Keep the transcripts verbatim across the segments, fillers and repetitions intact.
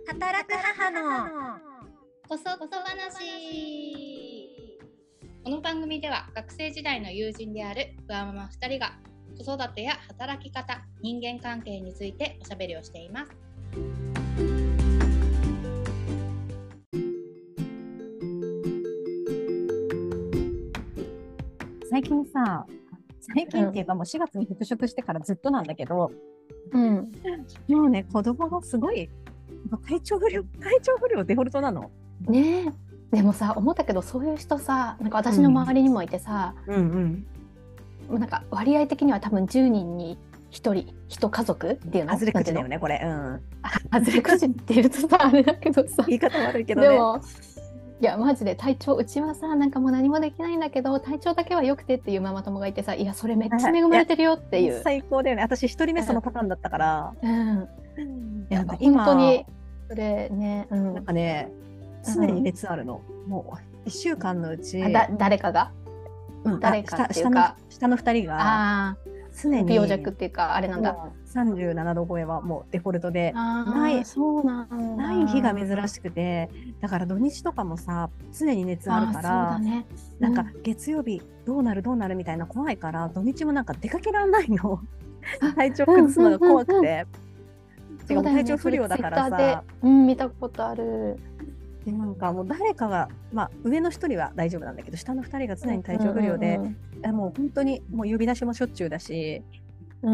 働く母のこそっと話。この番組では学生時代の友人であるふわママふたりが子育てや働き方、人間関係についておしゃべりをしています。 最近さ、最近っていうかもうしがつに復職してからずっとなんだけど、 うん、 もうね、子供がすごい体調不良、体調不良デフォルトなの。 ねえ、でもさ、思ったけどそういう人さ、なんか私の周りにもいてさ、 うんうん、 なんか割合的には多分じゅうにんにひとり、いち家族っていうの。 外れくじだよね、これ。うん。 外れくじって言うとさ、あれだけどさ。 言い方悪いけどね。 でも、いやマジで体調、うちはさ、なんかもう何もできないんだけど体調だけは良くてっていうママ友がいてさ、いやそれめっちゃ恵まれてるよっていう。 最高だよね。私一人目そのパターンだったから。 うん。いや今本当にそれね、うん、 なんかね、常に熱あるの。うん、もういっしゅうかんのうち、 だ誰かが、うん、誰かっていうか下のふたりが常に病弱っていうかあれなんだ。 さんじゅうななど超えはもうデフォルトでない、そうなんだ、 ない日が珍しくて、だから土日とかもさ常に熱あるから、 そうだね、 なんか月曜日どうなるどうなるみたいな怖いから、土日もなんか出かけられないの。体調崩すのが怖くて、でも体調不良だからさ、 うん、見たことある。 でなんかもう誰かが、まあ、上のひとりは大丈夫なんだけど、下のふたりが常に体調不良で、うんうんうん、もう本当にもう呼び出しもしょっちゅうだし、うん、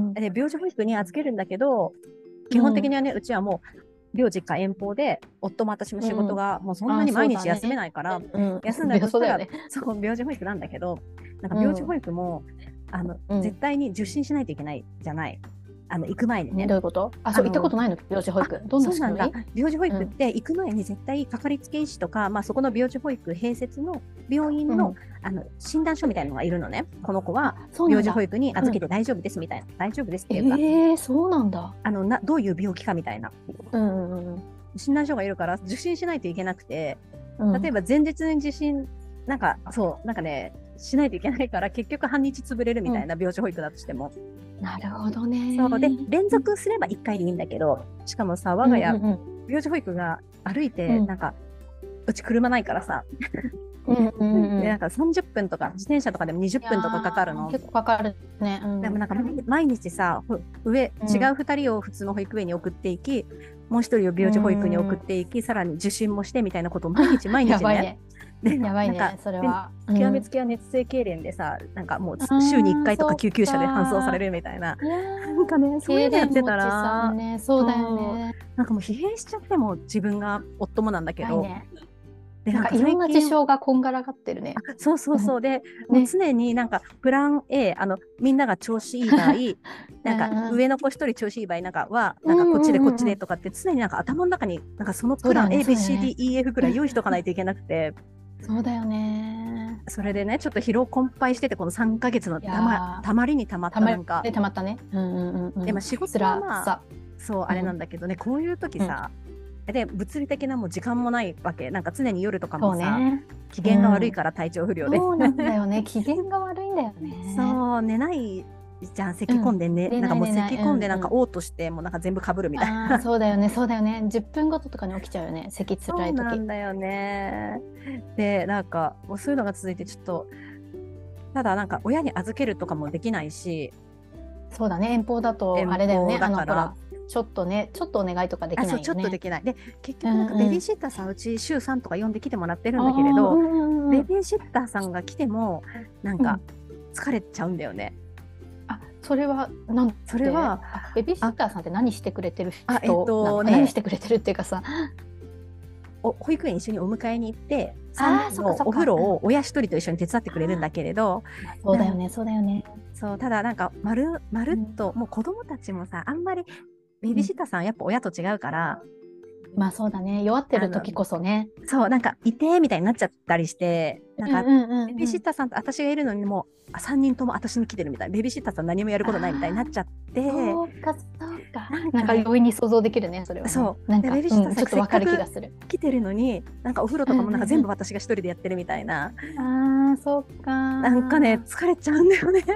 で病児保育に預けるんだけど、基本的にはね、うん、うちはもう両実家遠方で、夫も私も仕事がもうそんなに毎日休めないから、うんね、休んだとしたら、うん、そう病児保育なんだけど、なんか病児保育も、うん、あのうん、絶対に受診しないといけないじゃない。あの行く前にね。 どういうこと？あ、そう行ったことないの？病児保育。どんな仕組み？ そうなんだ。病児保育って行く前に絶対かかりつけ医師とか、うん、まあそこの病児保育併設の病院の、うん、あの診断書みたいなのがいるのね。この子は病児保育に預けて大丈夫ですみたいな、うん、大丈夫ですっていうか。 えー、そうなんだ。 あのなどういう病気かみたいな、うんうんうん、診断書がいるから受診しないといけなくて、うん、例えば前日に受診なんかそうなんかねしないといけないから、結局半日潰れるみたいな、病児保育だとしても。 なるほどね。 そうで連続すればいっかいでいいんだけど、しかもさ我が家、うんうんうん、病児保育が歩いて、うん、なんかうち車ないからさ、うんうんうん、でなんかさんじゅっぷんとか自転車とかでもにじゅっぷんとかかかるの。 結構かかるね、うん、 でもなんか毎日さ上、うん、違うふたりを普通の保育園に送っていき、もう一人を病児保育に送っていき、うん、さらに受診もしてみたいなことを毎日毎日ね。 やばいね。でやばいね、なんかそれは。 極めつきは熱性痙攣でさ、なんかもう週にいっかいとか救急車で搬送されるみたいな。なんかね、そういうのやってたら、 ね、そうだよね。 なんかもう疲弊しちゃっても、自分が夫もなんだけど。 ね、でなんかいろんな事象がこんがらがってるね。 そうそうそう。で、もう常になんかプラン A、あのみんなが調子いい場合、なんか上の子一人調子いい場合なんかは、なんかこっちでこっちでとかって常になんか頭の中になんかそのプラン A、B、C、D、E、F ぐらい用意しとかないといけなくて。 そうだよね。 それでね、ちょっと疲労困憊してて、このさんかげつのたま、たまりにたまったなんか。 たまったね。うんうんうん。 でも仕事はまあ、そう、あれなんだけどね、こういう時さ、で物理的なもう時間もないわけ。なんか常に夜とかもさ、ね、機嫌が悪いから体調不良で、 うん、そうなんだよね。機嫌が悪いんだよね。 そう寝ないじゃん、咳込んでね、うん、なんかもう咳込んでなんか嘔吐して、うん、もうなんか全部かぶるみたいな。 そうだよね、そうだよね。じゅっぷんごととかに起きちゃうよね、咳つらい時。 そうなんだよね。でなんかもうそういうのが続いて、ちょっとただなんか親に預けるとかもできないし。 そうだね、遠方だとあれだよね。だから。ちょっとね、ちょっとお願いとかできないよね。 あ、そうちょっとできない。で結局なんかベビーシッターさん、うんうん、うち週さんとか呼んで来てもらってるんだけれど、うんうん、ベビーシッターさんが来てもなんか疲れちゃうんだよね。 うん、あ、それはなんで？ それはベビーシッターさんって何してくれてる人？あ、 えっとね、 何してくれてるっていうかさ、 お保育園一緒にお迎えに行って、さんにんのお風呂を親一人と一緒に手伝ってくれるんだけれど、 そうだよね、そうだよね。 そうただなんかまるまるっと、うん、もう子供たちもさ、あんまりベビーシッターさんはやっぱ親と違うから、 うん、まあそうだね、弱ってる時こそね、 そうなんかいてみたいになっちゃったりして、なんか、うんうんうんうん、ベビーシッターさんと私がいるのにもうさんにんとも私に来てるみたいな、ベビーシッターさん何もやることないみたいになっちゃって、 そうかそうか、なんか容易に想像できるね、それは、ね、 そうなんかベビーシッターさん、うん、 ちょっとわかる気がする。 来てるのになんかお風呂とかもなんか全部私が一人でやってるみたいな、 うんうんうん、あーそうか、 なんかね疲れちゃうんだよね。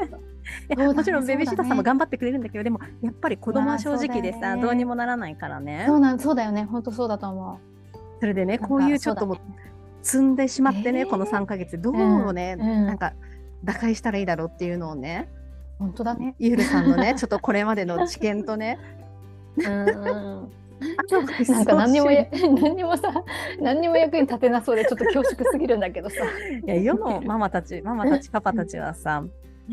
やもちろんベビーシッターさんも頑張ってくれるんだけど、でもやっぱり子供は正直でさ、どうにもならないからね。 そうなんそうだよね、本当そうだと思う。 それでね、こういうちょっともう積んでしまってね、このさんかげつどうね、なんか打開したらいいだろうっていうのをね、 本当だね、 ゆるさんのねちょっとこれまでの知見とねうんなんか何にもや何にもさ何にも役に立てなそうでちょっと恐縮すぎるんだけどさいや世のママたちママたちパパたちはさ、うん、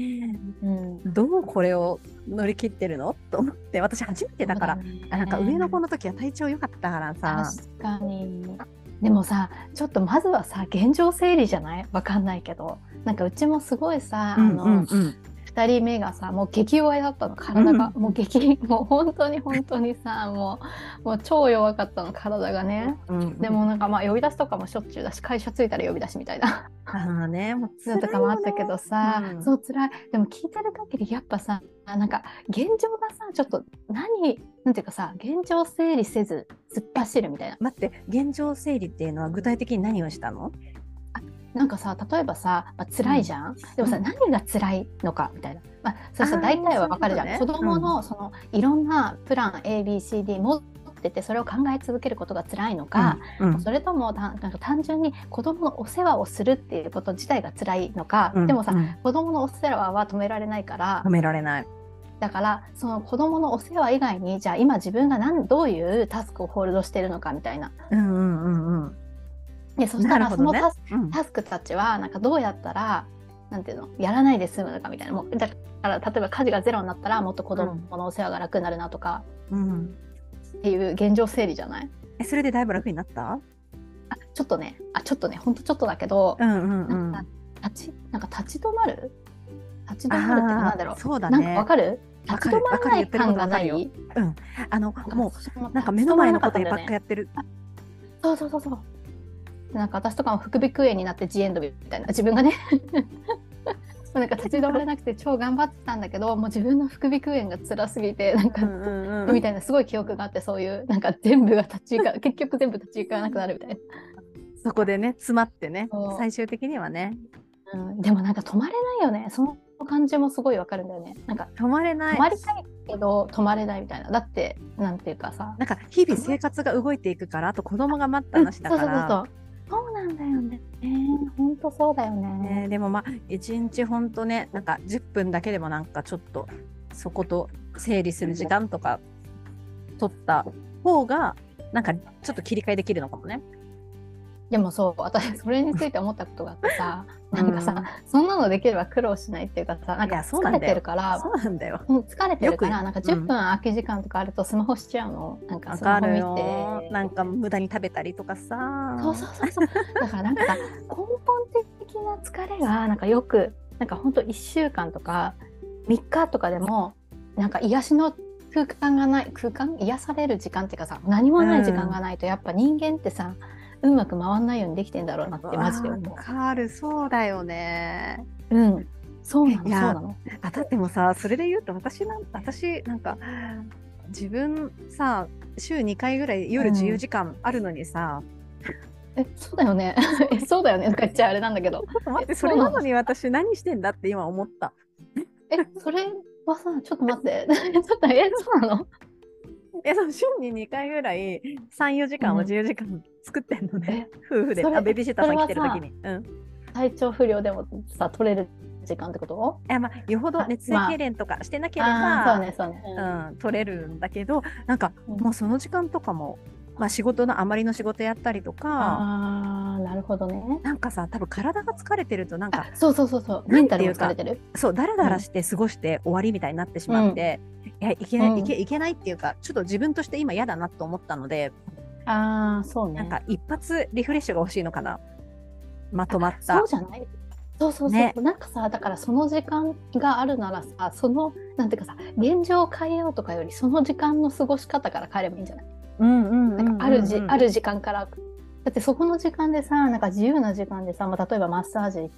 どうこれを乗り切ってるのと思って、私初めてだから、ね、なんか上の子の時は体調良かったからさ。 確かに。でもさ、ちょっっとまずはさ現状整理じゃない？わかんないけど、なんかうちもすごいさ、あの、うんうんうん、ふたりめがさもう激弱だったの体が、うん、もう激もう本当に本当にさもうもう超弱かったの体がね、うんうん、でもなんかまあ呼び出しとかもしょっちゅうだし、会社着いたら呼び出しみたいなあねもう辛いよねとかもあったけどさ、うん、そう辛い。でも聞いてる限りやっぱさなんか現状がさちょっと何なんていうかさ現状整理せず突っ走るみたいな。 待って、現状整理っていうのは具体的に何をしたの？ なんかさ例えばさ、まあ、辛いじゃん、うん、でもさ、うん、何が辛いのかみたいな、まあ、それさ大体は分かるじゃん、ね、子供のその、うん、いろんなプラン エービーシーディー 持っててそれを考え続けることが辛いのか、うんうん、それともなんか単純に子供のお世話をするっていうこと自体が辛いのか、うん、でもさ、うん、子供のお世話は止められないから止められないだからその子供のお世話以外にじゃあ今自分が何どういうタスクをホールドしてるのかみたいな、うんうんうんうんでそしたらそのタス、ねうん、タスクたちはなんかどうやったらなんていうのやらないで済むのかみたいな。もうだから例えば家事がゼロになったらもっと子供のお世話が楽になるなとか、うん、っていう現状整理じゃない？ えそれでだいぶ楽になった？ あちょっとねあちょっとねほんとちょっとだけど、うんうんうん、なんか立ちなんか立ち止まる立ち止まるってなんだろう。 そうだね。 なんかわかる？立ち止まらない感がない？うんあのもうなんか目の前のことばっかやってる。 そうそうそうそう。なんか私とかも副鼻腔炎になってジエンドみたいな自分がねなんか立ち止まれなくて超頑張ってたんだけどもう自分の副鼻腔炎が辛すぎてなんか、うんうんうん、みたいなすごい記憶があって、そういうなんか全部が立ち行か結局全部立ち行かなくなるみたいなそこでね詰まってね最終的にはね、 うん、でもなんか止まれないよね。その感じもすごいわかるんだよね。なんか止まれない止まりたいけど止まれないみたいな。だってなんていうかさなんか日々生活が動いていくからあと子供が待った話だから、うん、そうそうそうそうなんだよね。本当そうだよね。 えー、でもまあ一日本当ねなんかじゅっぷんだけでもなんかちょっとそこと整理する時間とか取った方がなんかちょっと切り替えできるのかもね。 でもそう私それについて思ったことがあってさなんかさ、うん、そんなのできれば苦労しないっていうかさなんか疲れてるからそうなんだよ疲れてるからなんかじゅっぷん空き時間とかあるとスマホしちゃうの、うん、なんかスマホ見てなんか無駄に食べたりとかさそうそうそうそうだからなんかさ根本的な疲れがなんかよくなんかほんといっしゅうかんとかみっかとかでもなんか癒しの空間がない空間癒される時間っていうかさ何もない時間がないとやっぱ人間ってさ、うん、うまく回んないようにできてんだろうなってマジで思う。 わかる。そうだよね。 うんそうなのそうなの。 あだってもさそれで言うと私なん私なんか自分さ週にかいぐらい夜自由時間あるのにさ、 うん、えそうだよねえそうだよねとか言っちゃあれなんだけどちょっと待ってそれなのに私何してんだって今思ったえそれはさちょっと待ってちょっとえそうなのえその週ににかいぐらいさんよじかんは自由時間作ってんのね、うん、夫婦であベビーシッターさん来てる時に、うん、 体調不良でもさ取れる時間ってこと？ いやまあよほど熱性痙攣とかしてなければ、まあ、そうねそうね、うん、取れるんだけどなんか、うん、もうその時間とかも、まあ、仕事のあまりの仕事やったりとかあなるほどね。 なんかさ多分体が疲れてるとなんかそうそうそうそうメンタルが疲れてるそうだらだらして過ごして終わりみたいになってしまって、うん、いやいけない、うん、いけいけないっていうかちょっと自分として今嫌だなと思ったのであそうねなんか一発リフレッシュが欲しいのかなまとまったそうじゃないそうそうそう、ね、なんかさだからその時間があるならさそのなんていうかさ現状を変えようとかよりその時間の過ごし方から変えればいいんじゃない？うんうんなんかあるじある時間からだってそこの時間でさなんか自由な時間でさ、まあ、例えばマッサージ行って、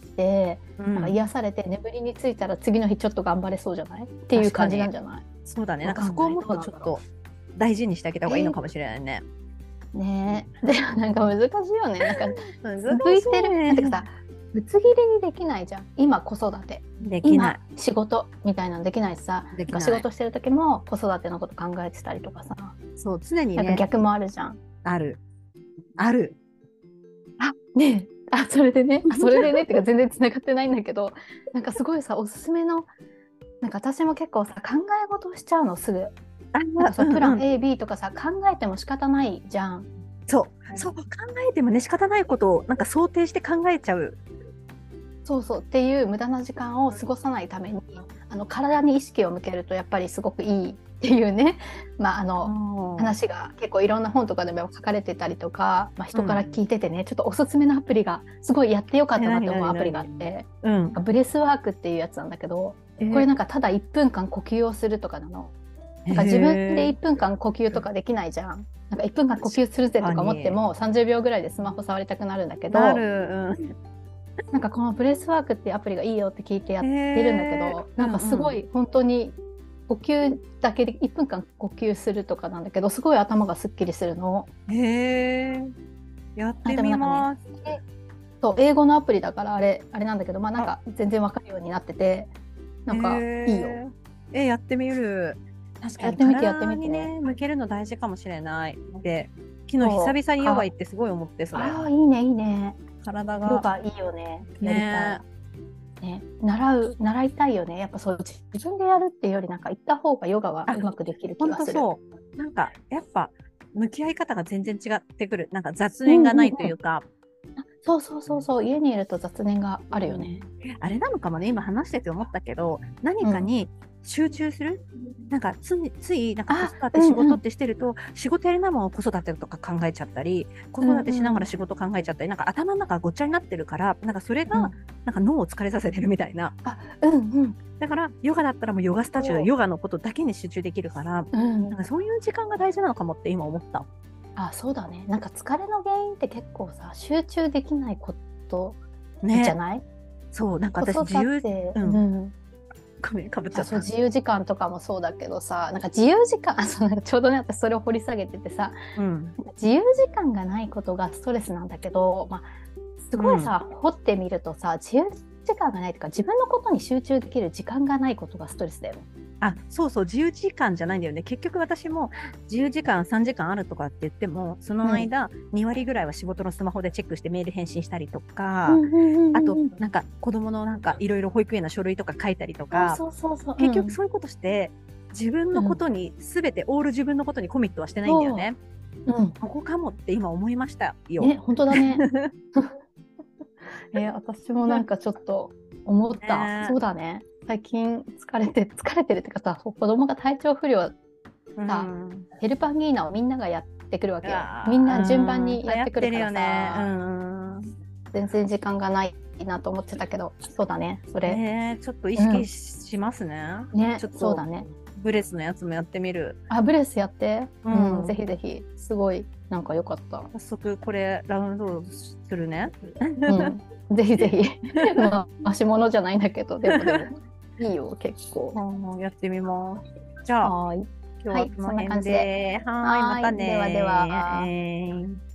うん、なんか癒されて眠りについたら次の日ちょっと頑張れそうじゃないっていう感じなんじゃない？ そうだねなんかそこをもっとちょっと大事にしてあげた方がいいのかもしれないね。 ねえでもなんか難しいよねなんか向いてるなんていうかさぶつ切りにできないじゃん。今子育てできない、 今仕事みたいなのできないしさ、 できない。 仕事してる時も子育てのこと考えてたりとかさ、 そう常にね、 なんか逆もあるじゃん。 あるある。 あねえ、あそれでねあそれでねってか全然つながってないんだけど、なんかすごいさおすすめの、なんか私も結構さ考え事をしちゃうのすぐ。なんかそうプラン エービー とかさ考えても仕方ないじゃん。 そうそう考えてもね仕方ないことをなんか想定して考えちゃう。 そうそうっていう無駄な時間を過ごさないために、あの体に意識を向けるとやっぱりすごくいいっていうね、まああの話が結構いろんな本とかでも書かれてたりとか、まあ、人から聞いててね、うん、ちょっとおすすめのアプリがすごいやってよかったなって思うアプリがあって、うん、ブレスワークっていうやつなんだけど、えー、これなんかただいっぷんかん呼吸をするとかなの。なんか自分でいっぷんかん呼吸とかできないじゃん。なんかいっぷんかん呼吸するぜとか思ってもさんじゅうびょうぐらいでスマホ触りたくなるんだけど、なる、うん、なんかこのブレスワークっていうアプリがいいよって聞いてやってるんだけど、なんかすごい本当に呼吸だけでいっぷんかん呼吸するとかなんだけど、すごい頭がすっきりするの。 へー、やってみます。 ね、そう英語のアプリだからあれあれなんだけど、まあなんか全然わかるようになってて、なんかいいよ。 えやってみる。確かに体にね向けるの大事かもしれないで、昨日久々にヨガ行ってすごい思って、それ。 ああいいねいいね。 体がヨガいいよね。やりたい。ね、習う習いたいよね。やっぱそう自分でやるっていうよりなんか行った方がヨガはうまくできる気がする。 そうなんかやっぱ向き合い方が全然違ってくる。なんか雑念がないというか、 うんうんうん、そうそうそうそう、家にいると雑念があるよね。 あれなのかもね、今話してて思ったけど、何かに集中する、うん、なんかついついなんか子育て仕事ってしてると、うんうん、仕事やりながら子育てとか考えちゃったり、子育てしながら仕事考えちゃったり、うんうん、なんか頭の中がごっちゃになってるから、なんかそれが、うん、なんか脳を疲れさせてるみたいな。 あ、うんうん。 だからヨガだったらもうヨガスタジオでヨガのことだけに集中できるから、うん、なんかそういう時間が大事なのかもって今思った。 あ、そうだね。なんか疲れの原因って結構さ、集中できないことじゃない？ね、 そうなんか私自由、うん、ごめんかぶっちゃった。 そう自由時間とかもそうだけどさ、なんか自由時間そうなんかちょうどね私それを掘り下げててさ、うん、自由時間がないことがストレスなんだけど、まあ、すごいさ、うん、掘ってみるとさ自由時間がないとか自分のことに集中できる時間がないことがストレスだよね。 あ、そうそう、自由時間じゃないんだよね。結局私も自由時間さんじかんあるとかって言っても、その間、うん、にわりぐらいは仕事のスマホでチェックしてメール返信したりとか、うんうんうんうん、あとなんか子供のなんかいろいろ保育園の書類とか書いたりとか、 そうそうそう、 結局そういうことして自分のことに、うん、全てオール自分のことにコミットはしてないんだよね。うん、ここかもって今思いましたよ。 ね、本当だね。えー、私もなんかちょっと思った、ね、そうだね。最近疲れて疲れてるってかさ、子供が体調不良さ、うん、ヘルパンギーナをみんながやってくるわけよ。みんな順番にやってくるからさ、うん、全然時間がないなと思ってたけど、そうだねそれ、 ね、ちょっと意識しますね。 うん、ね、 ちょっとそうだね。 ブレスのやつもやってみる。 あ、ブレスやって、うんうん、ぜひぜひ。すごいなんか良かった。 早速これラウンドするね。 うん、ぜひぜひ。まあ足物じゃないんだけど、でもでもいいよ結構。 やってみます。じゃあはい、 今日はこの辺で、はい、はい、またね。 ではでは。